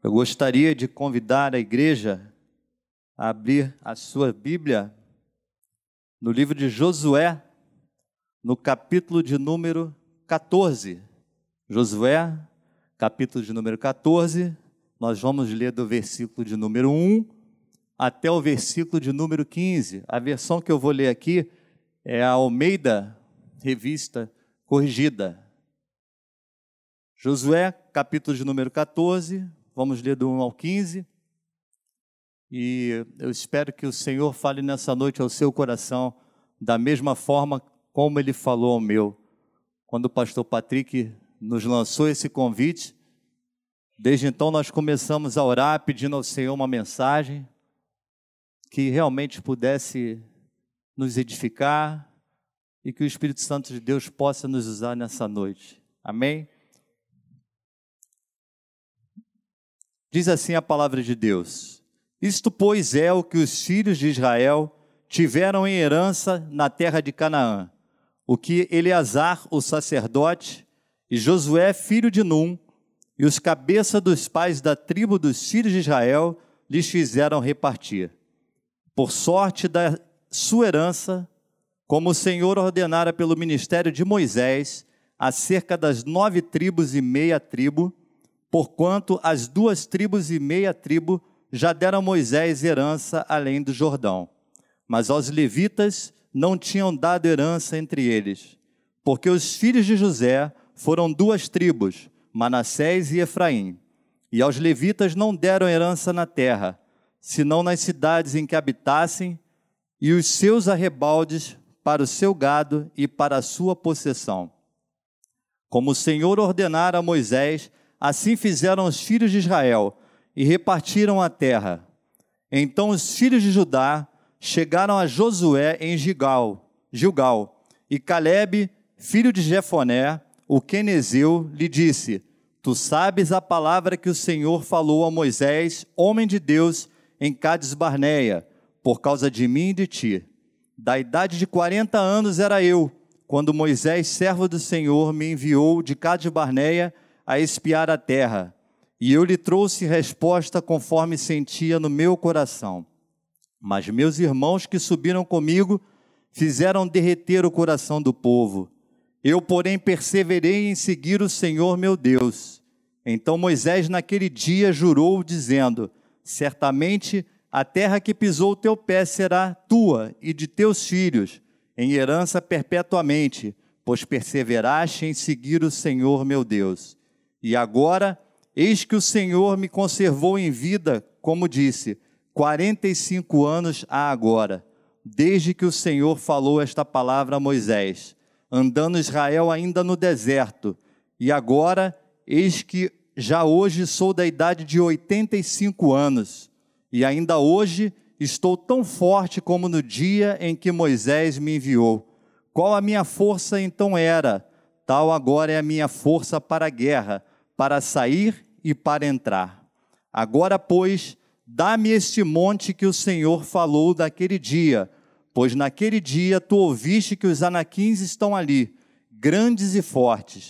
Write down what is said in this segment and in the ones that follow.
Eu gostaria de convidar a igreja a abrir a sua Bíblia no livro de Josué, no capítulo de número 14. Josué, capítulo de número 14, nós vamos ler do versículo de número 1 até o versículo de número 15. A versão que eu vou ler aqui é a Almeida Revista Corrigida. Josué, capítulo de número 14, vamos ler do 1 ao 15. E eu espero que o Senhor fale nessa noite ao seu coração da mesma forma como Ele falou ao meu. Quando o pastor Patrick nos lançou esse convite, desde então nós começamos a orar pedindo ao Senhor uma mensagem que realmente pudesse nos edificar e que o Espírito Santo de Deus possa nos usar nessa noite. Amém? Diz assim a palavra de Deus: Isto, pois, é o que os filhos de Israel tiveram em herança na terra de Canaã, o que Eleazar, o sacerdote, e Josué, filho de Num, e os cabeças dos pais da tribo dos filhos de Israel, lhes fizeram repartir, por sorte da sua herança, como o Senhor ordenara pelo ministério de Moisés, acerca das 9 tribos e meia tribo, porquanto as 2 tribos e meia tribo já deram a Moisés herança além do Jordão. Mas aos levitas não tinham dado herança entre eles, porque os filhos de José foram 2 tribos, Manassés e Efraim. E aos levitas não deram herança na terra, senão nas cidades em que habitassem, e os seus arrebaldes para o seu gado e para a sua possessão. Como o Senhor ordenara a Moisés, assim fizeram os filhos de Israel, e repartiram a terra. Então os filhos de Judá chegaram a Josué em Gilgal, e Calebe, filho de Jefoné, o quenezeu, lhe disse: Tu sabes a palavra que o Senhor falou a Moisés, homem de Deus, em Cades Barneia, por causa de mim e de ti. Da idade de 40 anos era eu, quando Moisés, servo do Senhor, me enviou de Cades Barneia a espiar a terra, e eu lhe trouxe resposta conforme sentia no meu coração. Mas meus irmãos que subiram comigo fizeram derreter o coração do povo. Eu, porém, perseverei em seguir o Senhor meu Deus. Então Moisés naquele dia jurou, dizendo: Certamente a terra que pisou o teu pé será tua e de teus filhos, em herança perpetuamente, pois perseveraste em seguir o Senhor meu Deus. E agora, eis que o Senhor me conservou em vida, como disse, 45 anos há agora, desde que o Senhor falou esta palavra a Moisés, andando Israel ainda no deserto. E agora, eis que já hoje sou da idade de 85 anos, e ainda hoje estou tão forte como no dia em que Moisés me enviou. Qual a minha força então era? Tal agora é a minha força para a guerra, para sair e para entrar. Agora, pois, dá-me este monte que o Senhor falou daquele dia, pois naquele dia tu ouviste que os anaquins estão ali, grandes e fortes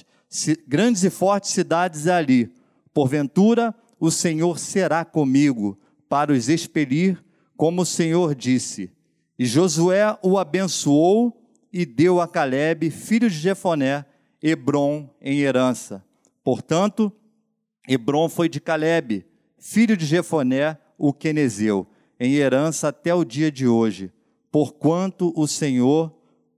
cidades ali. Porventura, o Senhor será comigo, para os expelir, como o Senhor disse. E Josué o abençoou e deu a Calebe, filho de Jefoné, Hebrom em herança. Portanto, Hebrom foi de Calebe, filho de Jefoné, o quenezeu, em herança até o dia de hoje, porquanto o Senhor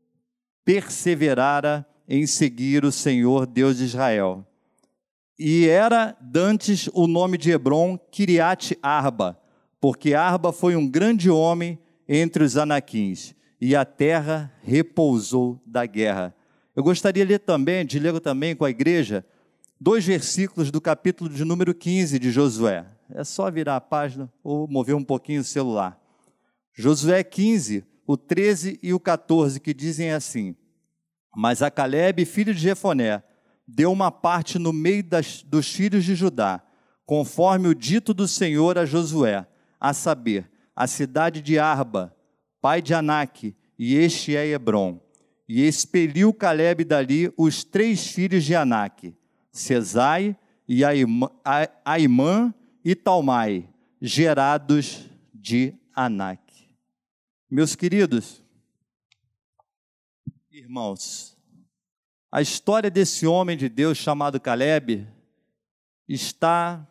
perseverara em seguir o Senhor Deus de Israel. E era dantes o nome de Hebrom Kiriate Arba, porque Arba foi um grande homem entre os anaquins, e a terra repousou da guerra. Eu gostaria de ler também com a igreja 2 versículos do capítulo de número 15 de Josué. É só virar a página ou mover um pouquinho o celular. Josué 15, o 13 e o 14, que dizem assim: Mas a Calebe, filho de Jefoné, deu uma parte no meio dos filhos de Judá, conforme o dito do Senhor a Josué, a saber, a cidade de Arba, pai de Anaque, e este é Hebrom. E expeliu Calebe dali os 3 filhos de Anaque, Sesai e Aimã e Talmai, gerados de Anak. Meus queridos irmãos, a história desse homem de Deus chamado Caleb está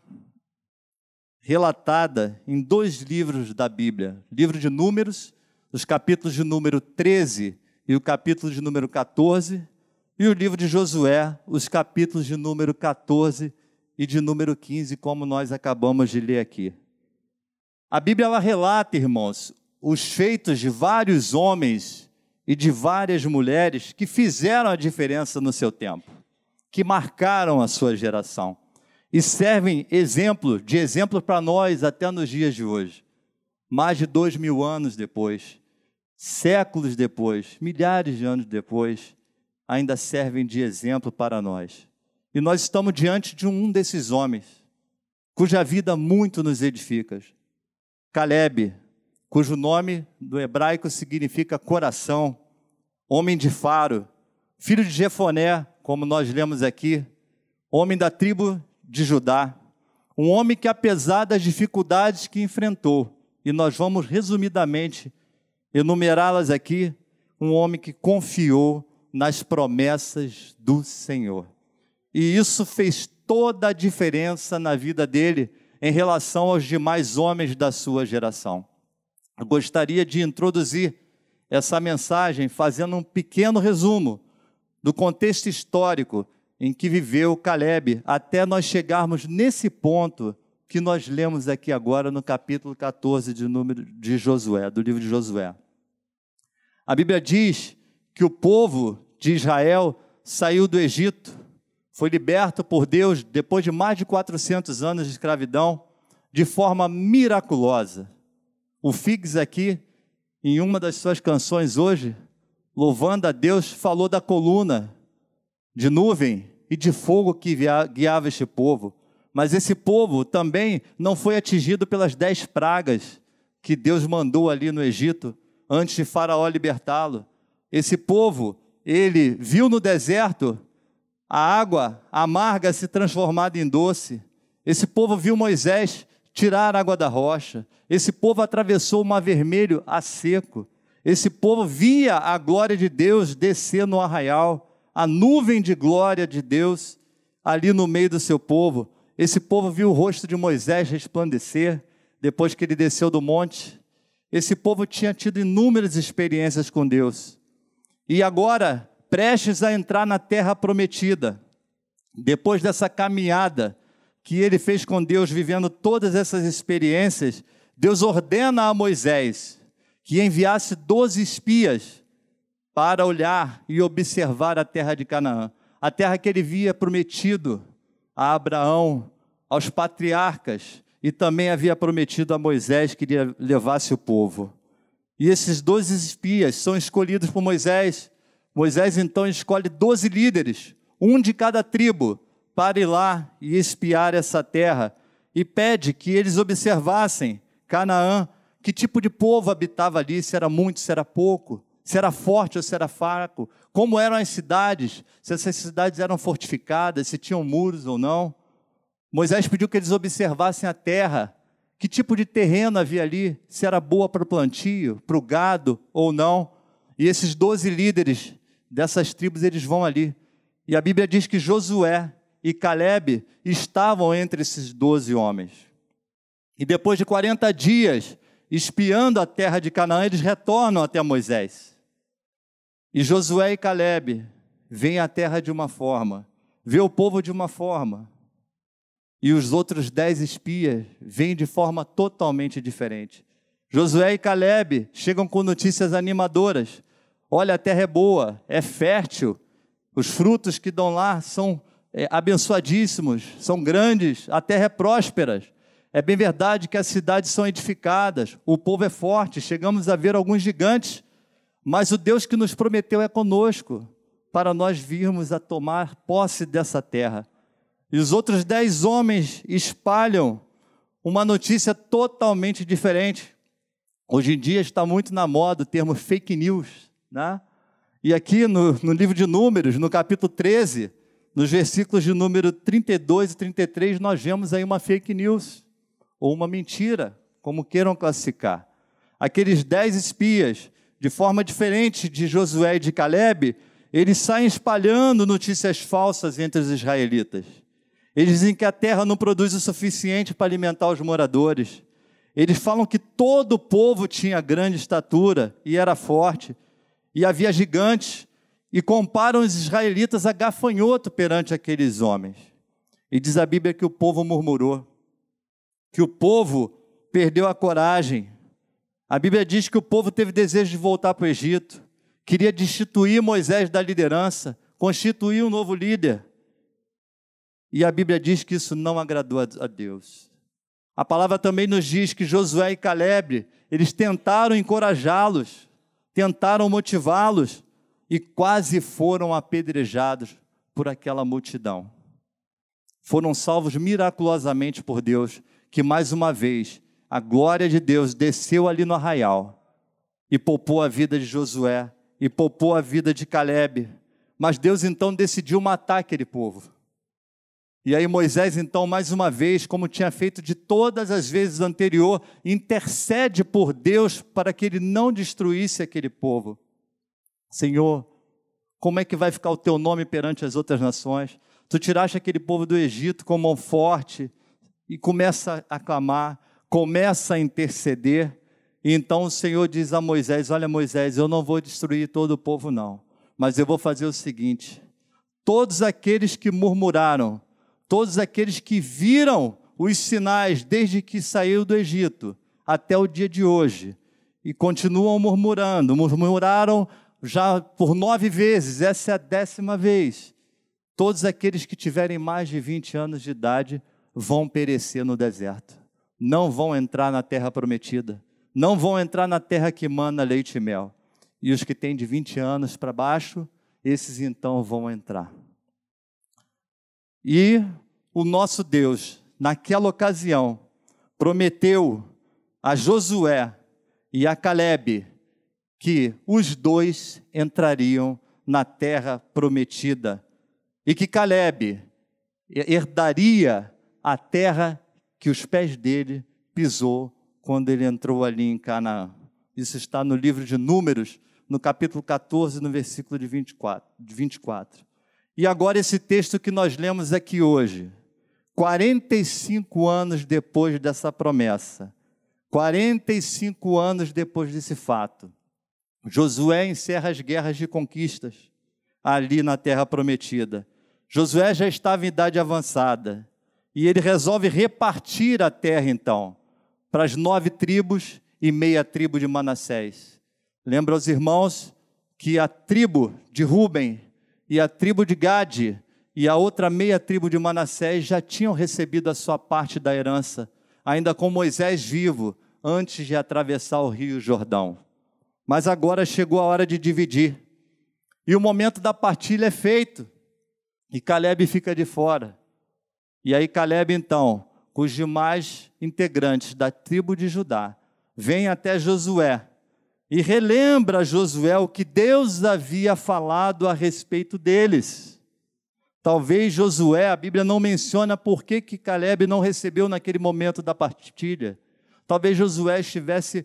relatada em 2 livros da Bíblia. Livro de Números, os capítulos de número 13 e o capítulo de número 14, e o livro de Josué, os capítulos de número 14 e de número 15, como nós acabamos de ler aqui. A Bíblia ela relata, irmãos, os feitos de vários homens e de várias mulheres que fizeram a diferença no seu tempo, que marcaram a sua geração e servem de exemplo para nós até nos dias de hoje. Mais de 2000 anos depois, séculos depois, milhares de anos depois, ainda servem de exemplo para nós. E nós estamos diante de um desses homens, cuja vida muito nos edifica. Caleb, cujo nome do hebraico significa coração, homem de Faro, filho de Jefoné, como nós lemos aqui, homem da tribo de Judá, um homem que, apesar das dificuldades que enfrentou, e nós vamos resumidamente enumerá-las aqui, um homem que confiou nas promessas do Senhor. E isso fez toda a diferença na vida dele em relação aos demais homens da sua geração. Eu gostaria de introduzir essa mensagem fazendo um pequeno resumo do contexto histórico em que viveu Caleb, até nós chegarmos nesse ponto que nós lemos aqui agora no capítulo 14 de Josué, do livro de Josué. A Bíblia diz que o povo de Israel saiu do Egito, foi liberto por Deus depois de mais de 400 anos de escravidão, de forma miraculosa. O Figs aqui, em uma das suas canções hoje, louvando a Deus, falou da coluna de nuvem e de fogo que guiava este povo. Mas esse povo também não foi atingido pelas 10 pragas que Deus mandou ali no Egito, antes de Faraó libertá-lo. Esse povo, ele viu no deserto a água amarga se transformada em doce. Esse povo viu Moisés tirar a água da rocha. Esse povo atravessou o Mar Vermelho a seco. Esse povo via a glória de Deus descer no arraial, a nuvem de glória de Deus ali no meio do seu povo. Esse povo viu o rosto de Moisés resplandecer depois que ele desceu do monte. Esse povo tinha tido inúmeras experiências com Deus. E agora, prestes a entrar na terra prometida, depois dessa caminhada que ele fez com Deus, vivendo todas essas experiências, Deus ordena a Moisés que enviasse 12 espias para olhar e observar a terra de Canaã, a terra que ele havia prometido a Abraão, aos patriarcas, e também havia prometido a Moisés que ele levasse o povo. E esses 12 espias são escolhidos por Moisés. Moisés então escolhe 12 líderes, um de cada tribo, para ir lá e espiar essa terra, e pede que eles observassem Canaã, que tipo de povo habitava ali, se era muito, se era pouco, se era forte ou se era fraco, como eram as cidades, se essas cidades eram fortificadas, se tinham muros ou não. Moisés pediu que eles observassem a terra, que tipo de terreno havia ali, se era boa para o plantio, para o gado ou não. E esses 12 líderes dessas tribos, eles vão ali. E a Bíblia diz que Josué e Caleb estavam entre esses 12 homens. E depois de 40 dias, espiando a terra de Canaã, eles retornam até Moisés. E Josué e Caleb veem a terra de uma forma, vê o povo de uma forma, e os outros 10 espias veem de forma totalmente diferente. Josué e Caleb chegam com notícias animadoras. Olha, a terra é boa, é fértil, os frutos que dão lá são abençoadíssimos, são grandes, a terra é próspera. É bem verdade que as cidades são edificadas, o povo é forte, chegamos a ver alguns gigantes, mas o Deus que nos prometeu é conosco, para nós virmos a tomar posse dessa terra. E os outros 10 homens espalham uma notícia totalmente diferente. Hoje em dia está muito na moda o termo fake news, né? E aqui no livro de Números, no capítulo 13, nos versículos de número 32 e 33, nós vemos aí uma fake news. ou uma mentira, como queiram classificar. Aqueles 10 espias, de forma diferente de Josué e de Calebe, eles saem espalhando notícias falsas entre os israelitas. Eles dizem que a terra não produz o suficiente para alimentar os moradores. Eles falam que todo o povo tinha grande estatura e era forte, e havia gigantes, e comparam os israelitas a gafanhoto perante aqueles homens. E diz a Bíblia que o povo murmurou, que o povo perdeu a coragem. A Bíblia diz que o povo teve desejo de voltar para o Egito, queria destituir Moisés da liderança, constituir um novo líder. E a Bíblia diz que isso não agradou a Deus. A palavra também nos diz que Josué e Calebe, eles tentaram encorajá-los, tentaram motivá-los e quase foram apedrejados por aquela multidão. Foram salvos miraculosamente por Deus, que mais uma vez a glória de Deus desceu ali no arraial e poupou a vida de Josué e poupou a vida de Calebe. Mas Deus então decidiu matar aquele povo. E aí Moisés então mais uma vez, como tinha feito de todas as vezes anterior, intercede por Deus para que ele não destruísse aquele povo. Senhor, como é que vai ficar o teu nome perante as outras nações? Tu tiraste aquele povo do Egito com mão forte e começa a clamar, começa a interceder. E então o Senhor diz a Moisés, olha Moisés, eu não vou destruir todo o povo não, mas eu vou fazer o seguinte, todos aqueles que murmuraram, todos aqueles que viram os sinais desde que saiu do Egito até o dia de hoje e continuam murmurando, murmuraram já por 9 vezes, essa é a 10ª vez. Todos aqueles que tiverem mais de 20 anos de idade vão perecer no deserto. Não vão entrar na terra prometida. Não vão entrar na terra que mana leite e mel. E os que têm de 20 anos para baixo, esses então vão entrar. E o nosso Deus, naquela ocasião, prometeu a Josué e a Calebe que os dois entrariam na terra prometida e que Calebe herdaria a terra que os pés dele pisou quando ele entrou ali em Canaã. Isso está no livro de Números, no capítulo 14, no versículo de 24. E agora esse texto que nós lemos aqui hoje, 45 anos depois dessa promessa, 45 anos depois desse fato, Josué encerra as guerras de conquistas ali na terra prometida. Josué já estava em idade avançada e ele resolve repartir a terra então para as 9 tribos e meia tribo de Manassés. Lembra aos irmãos que a tribo de Ruben e a tribo de Gade e a outra meia tribo de Manassés já tinham recebido a sua parte da herança, ainda com Moisés vivo, antes de atravessar o rio Jordão. Mas agora chegou a hora de dividir. E o momento da partilha é feito. E Calebe fica de fora. E aí Calebe, então, com os demais integrantes da tribo de Judá, vem até Josué e relembra a Josué o que Deus havia falado a respeito deles. Talvez Josué, a Bíblia não menciona por que Calebe não recebeu naquele momento da partilha. Talvez Josué estivesse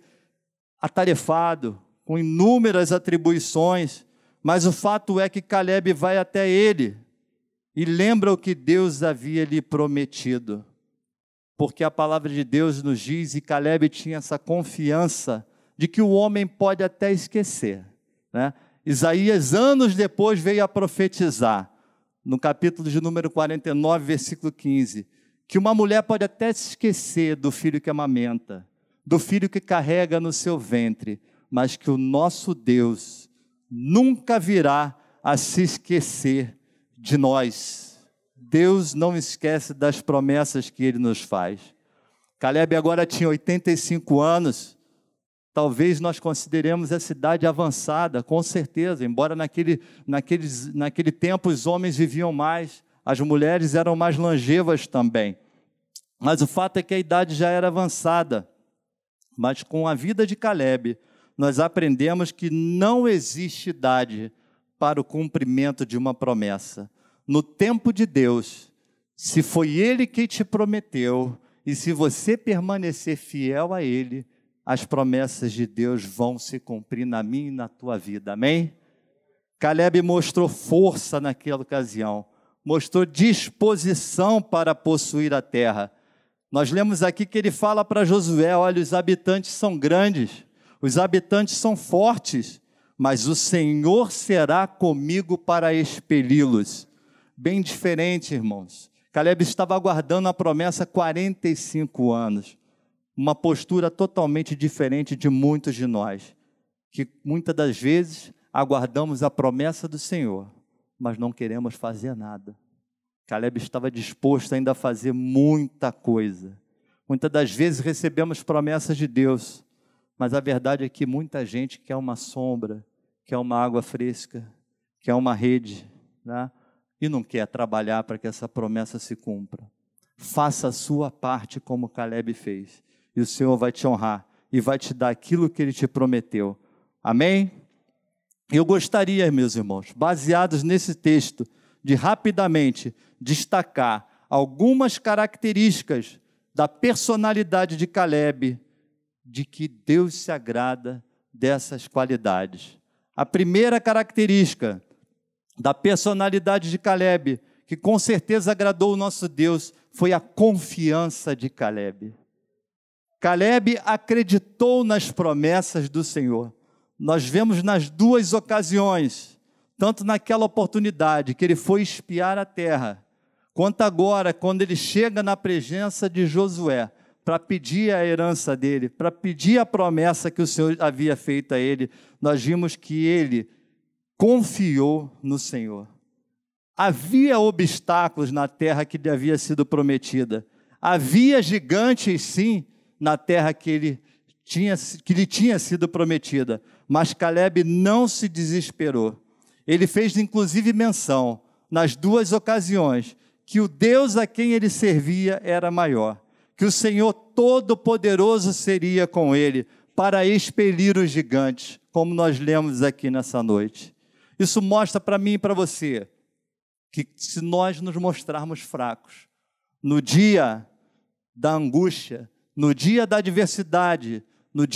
atarefado, com inúmeras atribuições, mas o fato é que Calebe vai até ele e lembra o que Deus havia lhe prometido. Porque a palavra de Deus nos diz, e Calebe tinha essa confiança de que o homem pode até esquecer, né? Isaías, anos depois, veio a profetizar, no capítulo de número 49, versículo 15, que uma mulher pode até se esquecer do filho que amamenta, do filho que carrega no seu ventre, mas que o nosso Deus nunca virá a se esquecer de nós. Deus não esquece das promessas que Ele nos faz. Calebe agora tinha 85 anos, talvez nós consideremos essa idade avançada, com certeza, embora naquele tempo os homens viviam mais, as mulheres eram mais longevas também. Mas o fato é que a idade já era avançada. Mas com a vida de Calebe, nós aprendemos que não existe idade para o cumprimento de uma promessa. No tempo de Deus, se foi Ele que te prometeu, E se você permanecer fiel a Ele, as promessas de Deus vão se cumprir na minha e na tua vida. Amém? Caleb mostrou força naquela ocasião, mostrou disposição para possuir a terra. Nós lemos aqui que ele fala para Josué: olha, os habitantes são grandes, os habitantes são fortes, mas o Senhor será comigo para expeli-los. Bem diferente, irmãos. Caleb estava aguardando a promessa há 45 anos. Uma postura totalmente diferente de muitos de nós, que muitas das vezes aguardamos a promessa do Senhor, mas não queremos fazer nada. Caleb estava disposto ainda a fazer muita coisa. Muitas das vezes recebemos promessas de Deus, mas a verdade é que muita gente quer uma sombra, quer uma água fresca, quer uma rede, né? E não quer trabalhar para que essa promessa se cumpra. Faça a sua parte como Caleb fez, e o Senhor vai te honrar e vai te dar aquilo que Ele te prometeu. Amém? Eu gostaria, meus irmãos, baseados nesse texto, de rapidamente destacar algumas características da personalidade de Caleb, de que Deus se agrada dessas qualidades. A primeira característica da personalidade de Caleb, que com certeza agradou o nosso Deus, foi a confiança de Caleb. Caleb acreditou nas promessas do Senhor. Nós vemos nas duas ocasiões, tanto naquela oportunidade que ele foi espiar a terra, quanto agora, quando ele chega na presença de Josué, para pedir a herança dele, para pedir a promessa que o Senhor havia feito a ele, nós vimos que ele confiou no Senhor. Havia obstáculos na terra que lhe havia sido prometida. Havia gigantes, sim, na terra que lhe tinha sido prometida. Mas Caleb não se desesperou. Ele fez, inclusive, menção, nas duas ocasiões, que o Deus a quem ele servia era maior, que o Senhor Todo-Poderoso seria com ele para expelir os gigantes, como nós lemos aqui nessa noite. Isso mostra para mim e para você que se nós nos mostrarmos fracos, no dia da angústia, no dia da adversidade,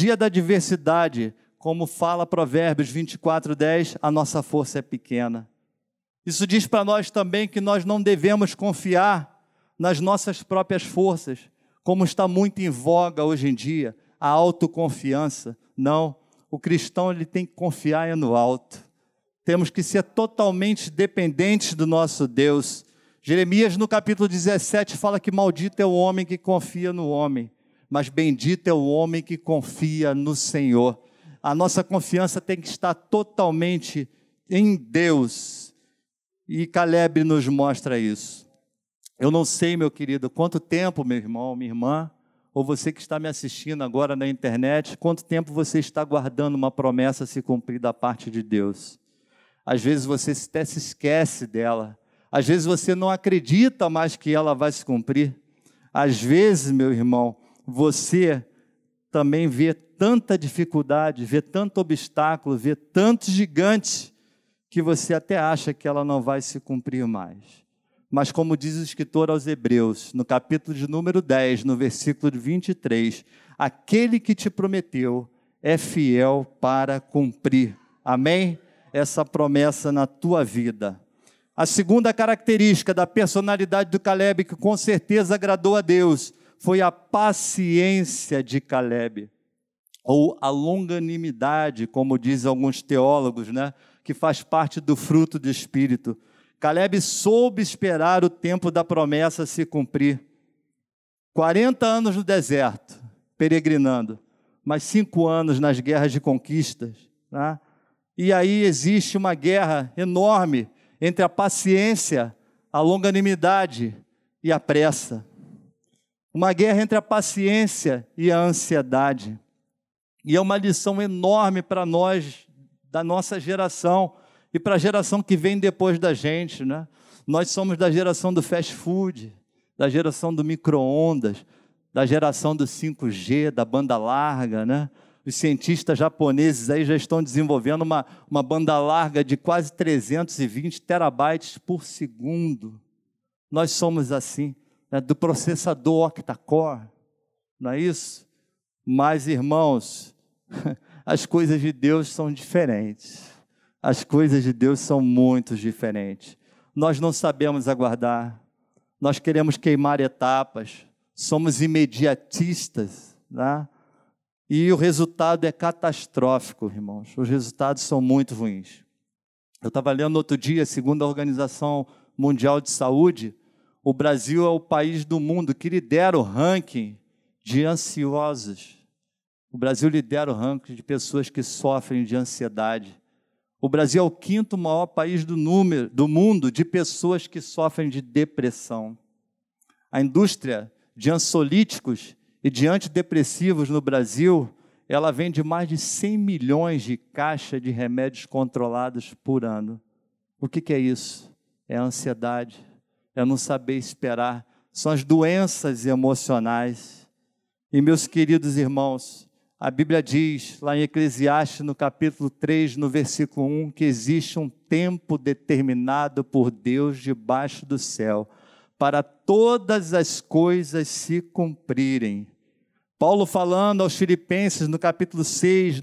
como fala Provérbios 24:10, a nossa força é pequena. Isso diz para nós também que nós não devemos confiar nas nossas próprias forças, como está muito em voga hoje em dia, a autoconfiança. Não, o cristão ele tem que confiar no alto. Temos que ser totalmente dependentes do nosso Deus. Jeremias, no capítulo 17, fala que maldito é o homem que confia no homem, mas bendito é o homem que confia no Senhor. A nossa confiança tem que estar totalmente em Deus. E Caleb nos mostra isso. Eu não sei, meu querido, quanto tempo, meu irmão, minha irmã, ou você que está me assistindo agora na internet, quanto tempo você está aguardando uma promessa se cumprir da parte de Deus. Às vezes você até se esquece dela. Às vezes você não acredita mais que ela vai se cumprir. Às vezes, meu irmão, você também vê tanta dificuldade, vê tanto obstáculo, vê tantos gigantes, que você até acha que ela não vai se cumprir mais. Mas como diz o escritor aos Hebreus, no capítulo de número 10, no versículo 23, aquele que te prometeu é fiel para cumprir. Amém? Essa promessa na tua vida. A segunda característica da personalidade do Caleb, que com certeza agradou a Deus, foi a paciência de Caleb, ou a longanimidade, como dizem alguns teólogos, né? Que faz parte do fruto do Espírito. Caleb soube esperar o tempo da promessa se cumprir. 40 anos no deserto, peregrinando, mais 5 anos nas guerras de conquistas, né? E aí existe uma guerra enorme entre a paciência, a longanimidade e a pressa. Uma guerra entre a paciência e a ansiedade. E é uma lição enorme para nós, da nossa geração, e para a geração que vem depois da gente, né? Nós somos da geração do fast food, da geração do micro-ondas, da geração do 5G, da banda larga, né? Os cientistas japoneses aí já estão desenvolvendo uma banda larga de quase 320 terabytes por segundo. Nós somos assim. né, do processador octa-core, não é isso? Mas, irmãos, as coisas de Deus são diferentes. As coisas de Deus são muito diferentes. Nós não sabemos aguardar, nós queremos queimar etapas, somos imediatistas, né? E o resultado é catastrófico, irmãos. Os resultados são muito ruins. Eu estava lendo outro dia, segundo a Organização Mundial de Saúde, o Brasil é o país do mundo que lidera o ranking de ansiosos. O Brasil lidera o ranking de pessoas que sofrem de ansiedade. O Brasil é o quinto maior país do mundo de pessoas que sofrem de depressão. A indústria de ansiolíticos e de antidepressivos no Brasil, ela vende mais de 100 milhões de caixas de remédios controlados por ano. O que é isso? É a ansiedade, é não saber esperar, são as doenças emocionais. E, meus queridos irmãos, a Bíblia diz, lá em Eclesiastes, no capítulo 3, no versículo 1, que existe um tempo determinado por Deus debaixo do céu, para todas as coisas se cumprirem. Paulo falando aos Filipenses, no capítulo 6,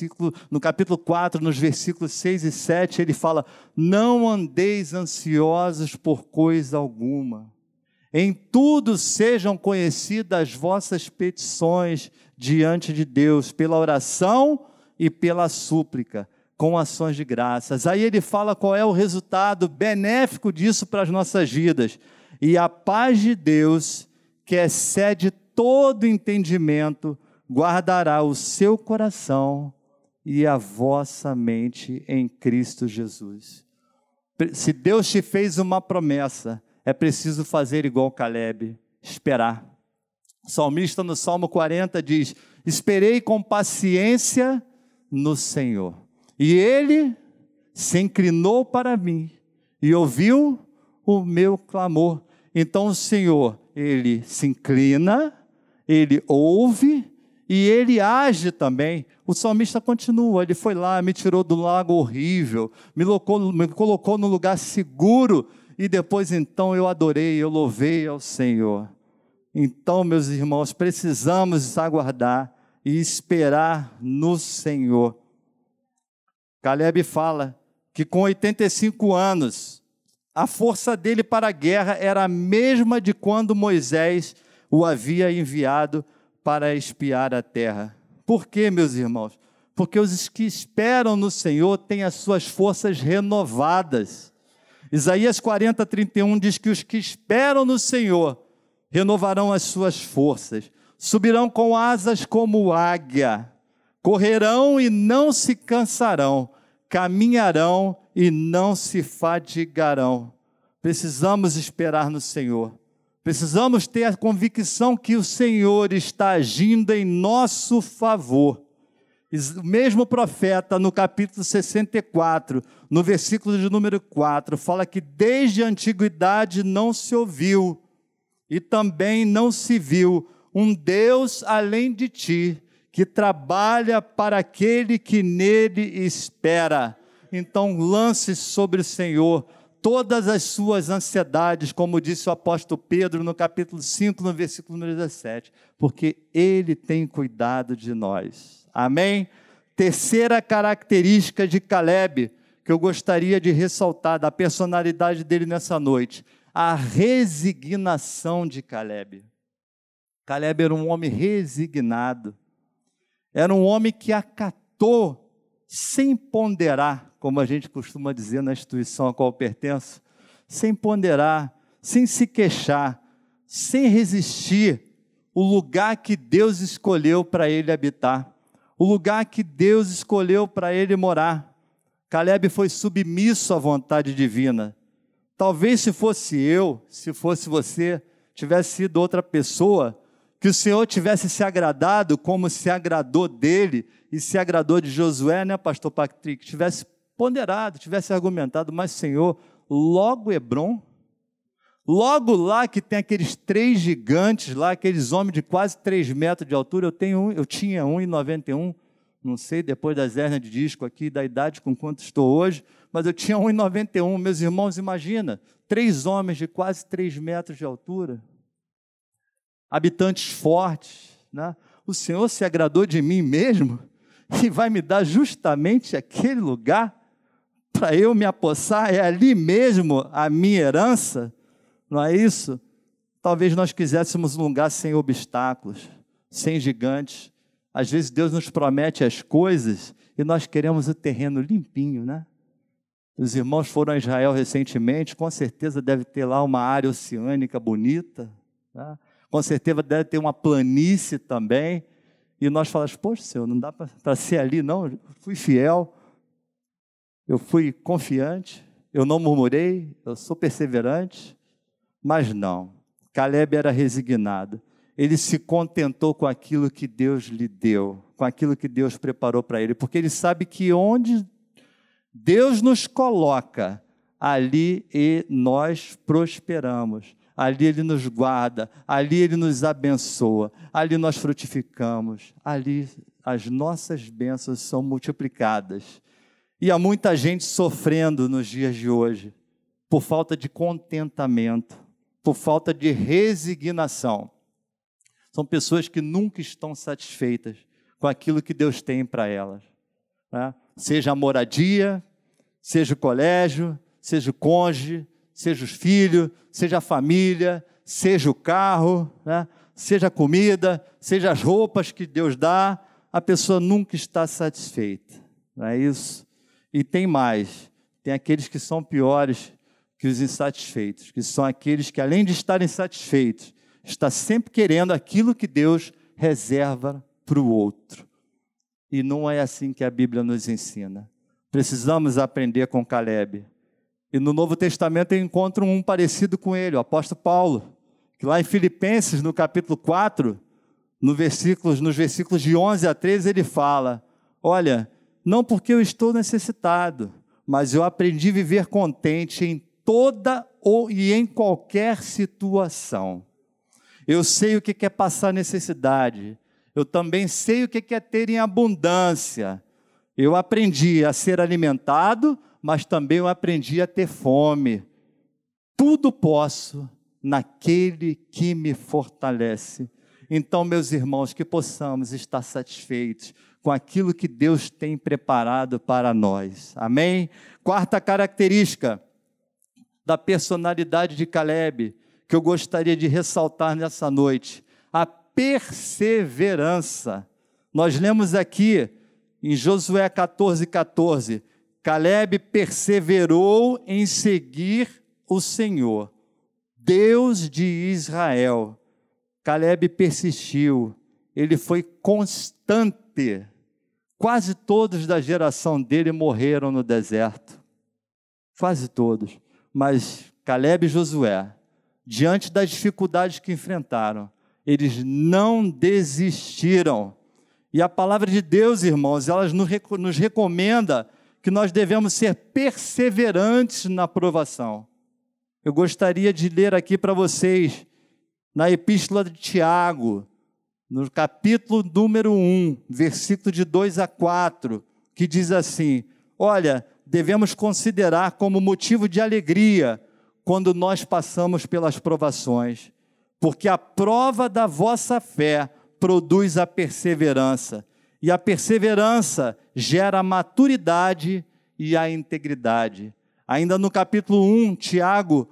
no capítulo 4, nos versículos 6 e 7, ele fala, não andeis ansiosos por coisa alguma. Em tudo sejam conhecidas as vossas petições diante de Deus, pela oração e pela súplica, com ações de graças. Aí ele fala qual é o resultado benéfico disso para as nossas vidas. E a paz de Deus, que excede todo entendimento, guardará o seu coração e a vossa mente em Cristo Jesus. Se Deus te fez uma promessa, é preciso fazer igual Caleb, esperar. O salmista no Salmo 40 diz, esperei com paciência no Senhor. E Ele se inclinou para mim e ouviu o meu clamor. Então o Senhor, Ele se inclina, Ele ouve e Ele age também. O salmista continua, ele foi lá, me tirou do lago horrível, me colocou no lugar seguro, e depois então eu adorei, eu louvei ao Senhor. Então, meus irmãos, precisamos aguardar e esperar no Senhor. Caleb fala que com 85 anos, a força dele para a guerra era a mesma de quando Moisés o havia enviado para espiar a terra. Por quê, meus irmãos? Porque os que esperam no Senhor têm as suas forças renovadas. Isaías 40, 31 diz que os que esperam no Senhor renovarão as suas forças, subirão com asas como águia, correrão e não se cansarão, caminharão e não se fadigarão. Precisamos esperar no Senhor. Precisamos ter a convicção que o Senhor está agindo em nosso favor. O mesmo profeta, no capítulo 64, no versículo de número 4, fala que desde a antiguidade não se ouviu e também não se viu um Deus além de ti, que trabalha para aquele que nele espera. Então lance sobre o Senhor todas as suas ansiedades, como disse o apóstolo Pedro no capítulo 5, no versículo número 17, porque Ele tem cuidado de nós. Amém? Terceira característica de Caleb, que eu gostaria de ressaltar da personalidade dele nessa noite, a resignação de Caleb. Caleb era um homem resignado, era um homem que acatou sem ponderar, como a gente costuma dizer na instituição a qual pertenço, sem ponderar, sem se queixar, sem resistir o lugar que Deus escolheu para ele habitar, o lugar que Deus escolheu para ele morar. Caleb foi submisso à vontade divina. Talvez se fosse eu, se fosse você, tivesse sido outra pessoa, que o Senhor tivesse se agradado como se agradou dele e se agradou de Josué, né, pastor Patrick? Tivesse ponderado, tivesse argumentado, mas Senhor, logo Hebron, logo lá que tem aqueles 3 gigantes lá, aqueles homens de quase 3 metros de altura, eu tinha 1,91, não sei, depois das hérnias de disco aqui, da idade com quanto estou hoje, mas eu tinha 1,91, meus irmãos, imagina, 3 homens de quase 3 metros de altura. habitantes fortes, né? O Senhor se agradou de mim mesmo e vai me dar justamente aquele lugar para eu me apossar, é ali mesmo a minha herança, não é isso? Talvez nós quiséssemos um lugar sem obstáculos, sem gigantes. Às vezes Deus nos promete as coisas e nós queremos o terreno limpinho, né? Os irmãos foram a Israel recentemente, com certeza deve ter lá uma área oceânica bonita, né? Com certeza deve ter uma planície também, e nós falamos, poxa, Senhor, não dá para ser ali, não, eu fui fiel, eu fui confiante, eu não murmurei, eu sou perseverante, mas não, Caleb era resignado, ele se contentou com aquilo que Deus lhe deu, com aquilo que Deus preparou para ele, porque ele sabe que onde Deus nos coloca, ali e nós prosperamos, ali Ele nos guarda, ali Ele nos abençoa, ali nós frutificamos, ali as nossas bênçãos são multiplicadas. E há muita gente sofrendo nos dias de hoje, por falta de contentamento, por falta de resignação. São pessoas que nunca estão satisfeitas com aquilo que Deus tem para elas, né? Seja a moradia, seja o colégio, seja o cônjuge, seja os filhos, seja a família, seja o carro, né? Seja a comida, seja as roupas que Deus dá, a pessoa nunca está satisfeita, não é isso? E tem mais, tem aqueles que são piores que os insatisfeitos, que são aqueles que, além de estarem satisfeitos, está sempre querendo aquilo que Deus reserva para o outro. E não é assim que a Bíblia nos ensina. Precisamos aprender com Caleb. E no Novo Testamento eu encontro um parecido com ele, o apóstolo Paulo, que lá em Filipenses, no capítulo 4, nos versículos de 11 a 13, ele fala, olha, não porque eu estou necessitado, mas eu aprendi a viver contente em toda e em qualquer situação. Eu sei o que é passar necessidade, eu também sei o que é ter em abundância. Eu aprendi a ser alimentado, mas também eu aprendi a ter fome. Tudo posso naquele que me fortalece. Então, meus irmãos, que possamos estar satisfeitos com aquilo que Deus tem preparado para nós. Amém? Quarta característica da personalidade de Caleb, que eu gostaria de ressaltar nessa noite, a perseverança. Nós lemos aqui em Josué 14:14, Caleb perseverou em seguir o Senhor, Deus de Israel. Caleb persistiu, ele foi constante. Quase todos da geração dele morreram no deserto, quase todos, mas Caleb e Josué, diante das dificuldades que enfrentaram, eles não desistiram. E a palavra de Deus, irmãos, ela nos recomenda que nós devemos ser perseverantes na provação. Eu gostaria de ler aqui para vocês, na Epístola de Tiago, no capítulo número 1, versículo de 2 a 4, que diz assim, olha, devemos considerar como motivo de alegria quando nós passamos pelas provações, porque a prova da vossa fé produz a perseverança, e a perseverança gera a maturidade e a integridade. Ainda no capítulo 1, Tiago,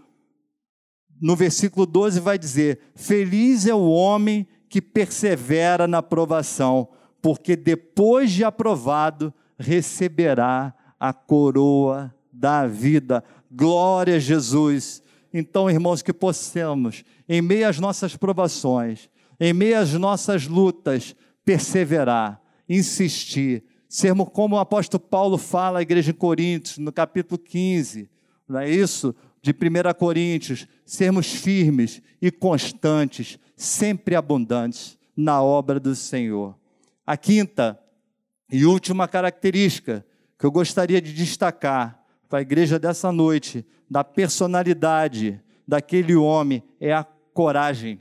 no versículo 12, vai dizer, feliz é o homem que persevera na provação, porque depois de aprovado, receberá a coroa da vida. Glória a Jesus. Então, irmãos, que possamos, em meio às nossas provações, em meio às nossas lutas, perseverar, insistir, sermos como o apóstolo Paulo fala à igreja de Coríntios, no capítulo 15, não é isso? De 1 Coríntios, sermos firmes e constantes, sempre abundantes na obra do Senhor. A quinta e última característica que eu gostaria de destacar para a igreja dessa noite, da personalidade daquele homem, é a coragem.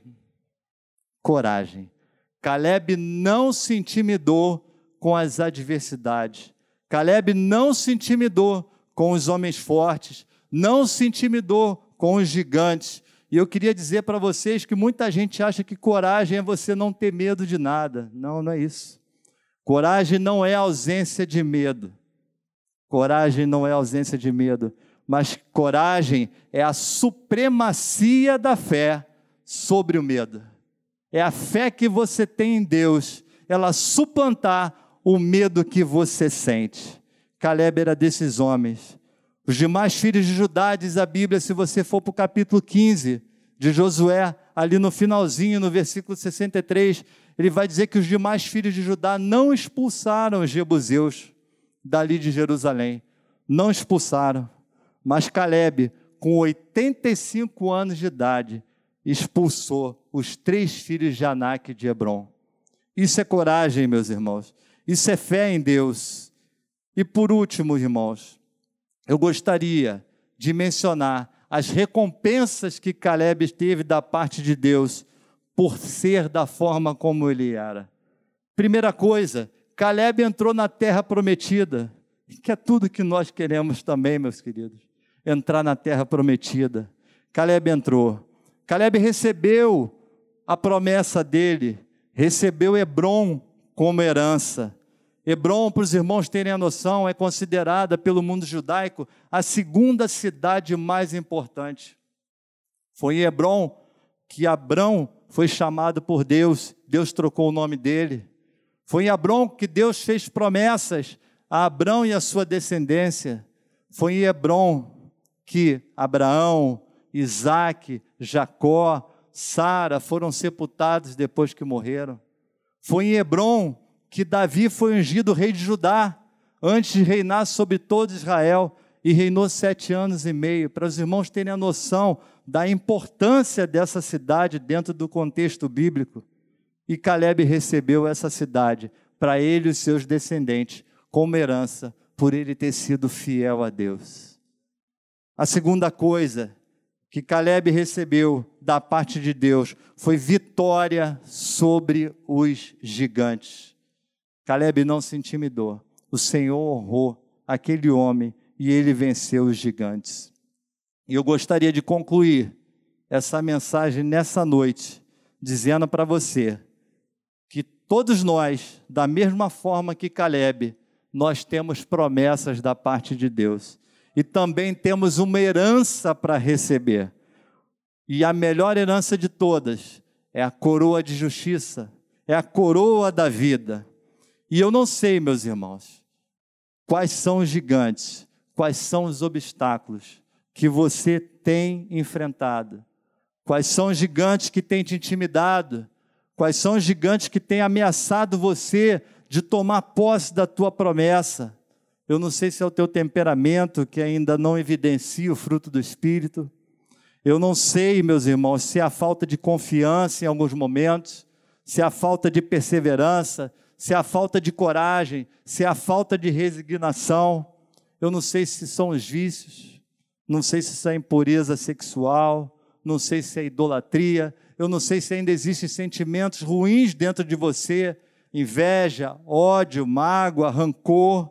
Coragem. Caleb não se intimidou com as adversidades. Caleb não se intimidou com os homens fortes, não se intimidou com os gigantes. E eu queria dizer para vocês que muita gente acha que coragem é você não ter medo de nada. Não, não é isso. Coragem não é ausência de medo. Coragem não é ausência de medo. Mas coragem é a supremacia da fé sobre o medo. É a fé que você tem em Deus, ela suplantar o medo que você sente. Calebe era desses homens. Os demais filhos de Judá, diz a Bíblia, se você for para o capítulo 15 de Josué, ali no finalzinho, no versículo 63, ele vai dizer que os demais filhos de Judá não expulsaram os jebuseus dali de Jerusalém. Não expulsaram. Mas Calebe, com 85 anos de idade, expulsou os 3 filhos de Anak de Hebrom. Isso é coragem, meus irmãos. Isso é fé em Deus. E por último, irmãos, eu gostaria de mencionar as recompensas que Calebe teve da parte de Deus por ser da forma como ele era. Primeira coisa, Calebe entrou na terra prometida, que é tudo que nós queremos também, meus queridos, entrar na terra prometida. Calebe entrou. Calebe recebeu a promessa dele, recebeu Hebrom como herança. Hebrom, para os irmãos terem a noção, é considerada pelo mundo judaico a segunda cidade mais importante. Foi em Hebrom que Abrão foi chamado por Deus, Deus trocou o nome dele. Foi em Hebrom que Deus fez promessas a Abrão e a sua descendência. Foi em Hebrom que Abraão, Isaque, Jacó, Sara foram sepultados depois que morreram. Foi em Hebrom que Davi foi ungido rei de Judá, antes de reinar sobre todo Israel, e reinou 7 anos e meio, para os irmãos terem a noção da importância dessa cidade dentro do contexto bíblico. E Calebe recebeu essa cidade, para ele e os seus descendentes, como herança, por ele ter sido fiel a Deus. A segunda coisa que Calebe recebeu da parte de Deus foi vitória sobre os gigantes. Calebe não se intimidou. O Senhor honrou aquele homem e ele venceu os gigantes. E eu gostaria de concluir essa mensagem nessa noite, dizendo para você que todos nós, da mesma forma que Calebe, nós temos promessas da parte de Deus. E também temos uma herança para receber. E a melhor herança de todas é a coroa de justiça, é a coroa da vida. E eu não sei, meus irmãos, quais são os gigantes, quais são os obstáculos que você tem enfrentado, quais são os gigantes que têm te intimidado, quais são os gigantes que têm ameaçado você de tomar posse da tua promessa. Eu não sei se é o teu temperamento que ainda não evidencia o fruto do Espírito. Eu não sei, meus irmãos, se é a falta de confiança em alguns momentos, se é a falta de perseverança, se é a falta de coragem, se é a falta de resignação. Eu não sei se são os vícios, não sei se isso é impureza sexual, não sei se é idolatria, eu não sei se ainda existem sentimentos ruins dentro de você, inveja, ódio, mágoa, rancor.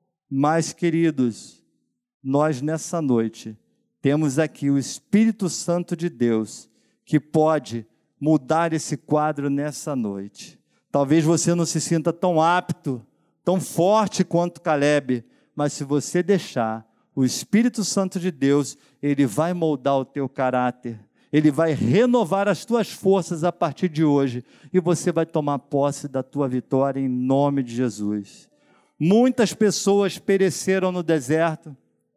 Mas, queridos, nós nessa noite temos aqui o Espírito Santo de Deus que pode mudar esse quadro nessa noite. Talvez você não se sinta tão apto, tão forte quanto Calebe, mas se você deixar, o Espírito Santo de Deus, ele vai moldar o teu caráter, ele vai renovar as tuas forças a partir de hoje, e você vai tomar posse da tua vitória em nome de Jesus. Muitas pessoas pereceram no deserto,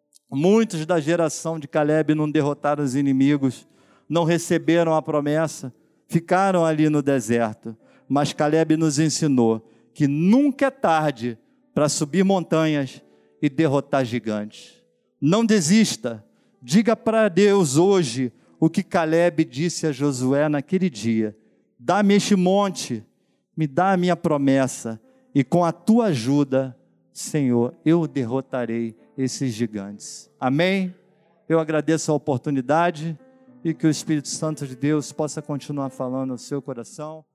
muitos da geração de Calebe não derrotaram os inimigos, não receberam a promessa, ficaram ali no deserto. Mas Calebe nos ensinou que nunca é tarde para subir montanhas e derrotar gigantes. Não desista, diga para Deus hoje o que Calebe disse a Josué naquele dia: dá-me este monte, me dá a minha promessa, e com a tua ajuda, Senhor, eu derrotarei esses gigantes. Amém? Eu agradeço a oportunidade e que o Espírito Santo de Deus possa continuar falando no seu coração.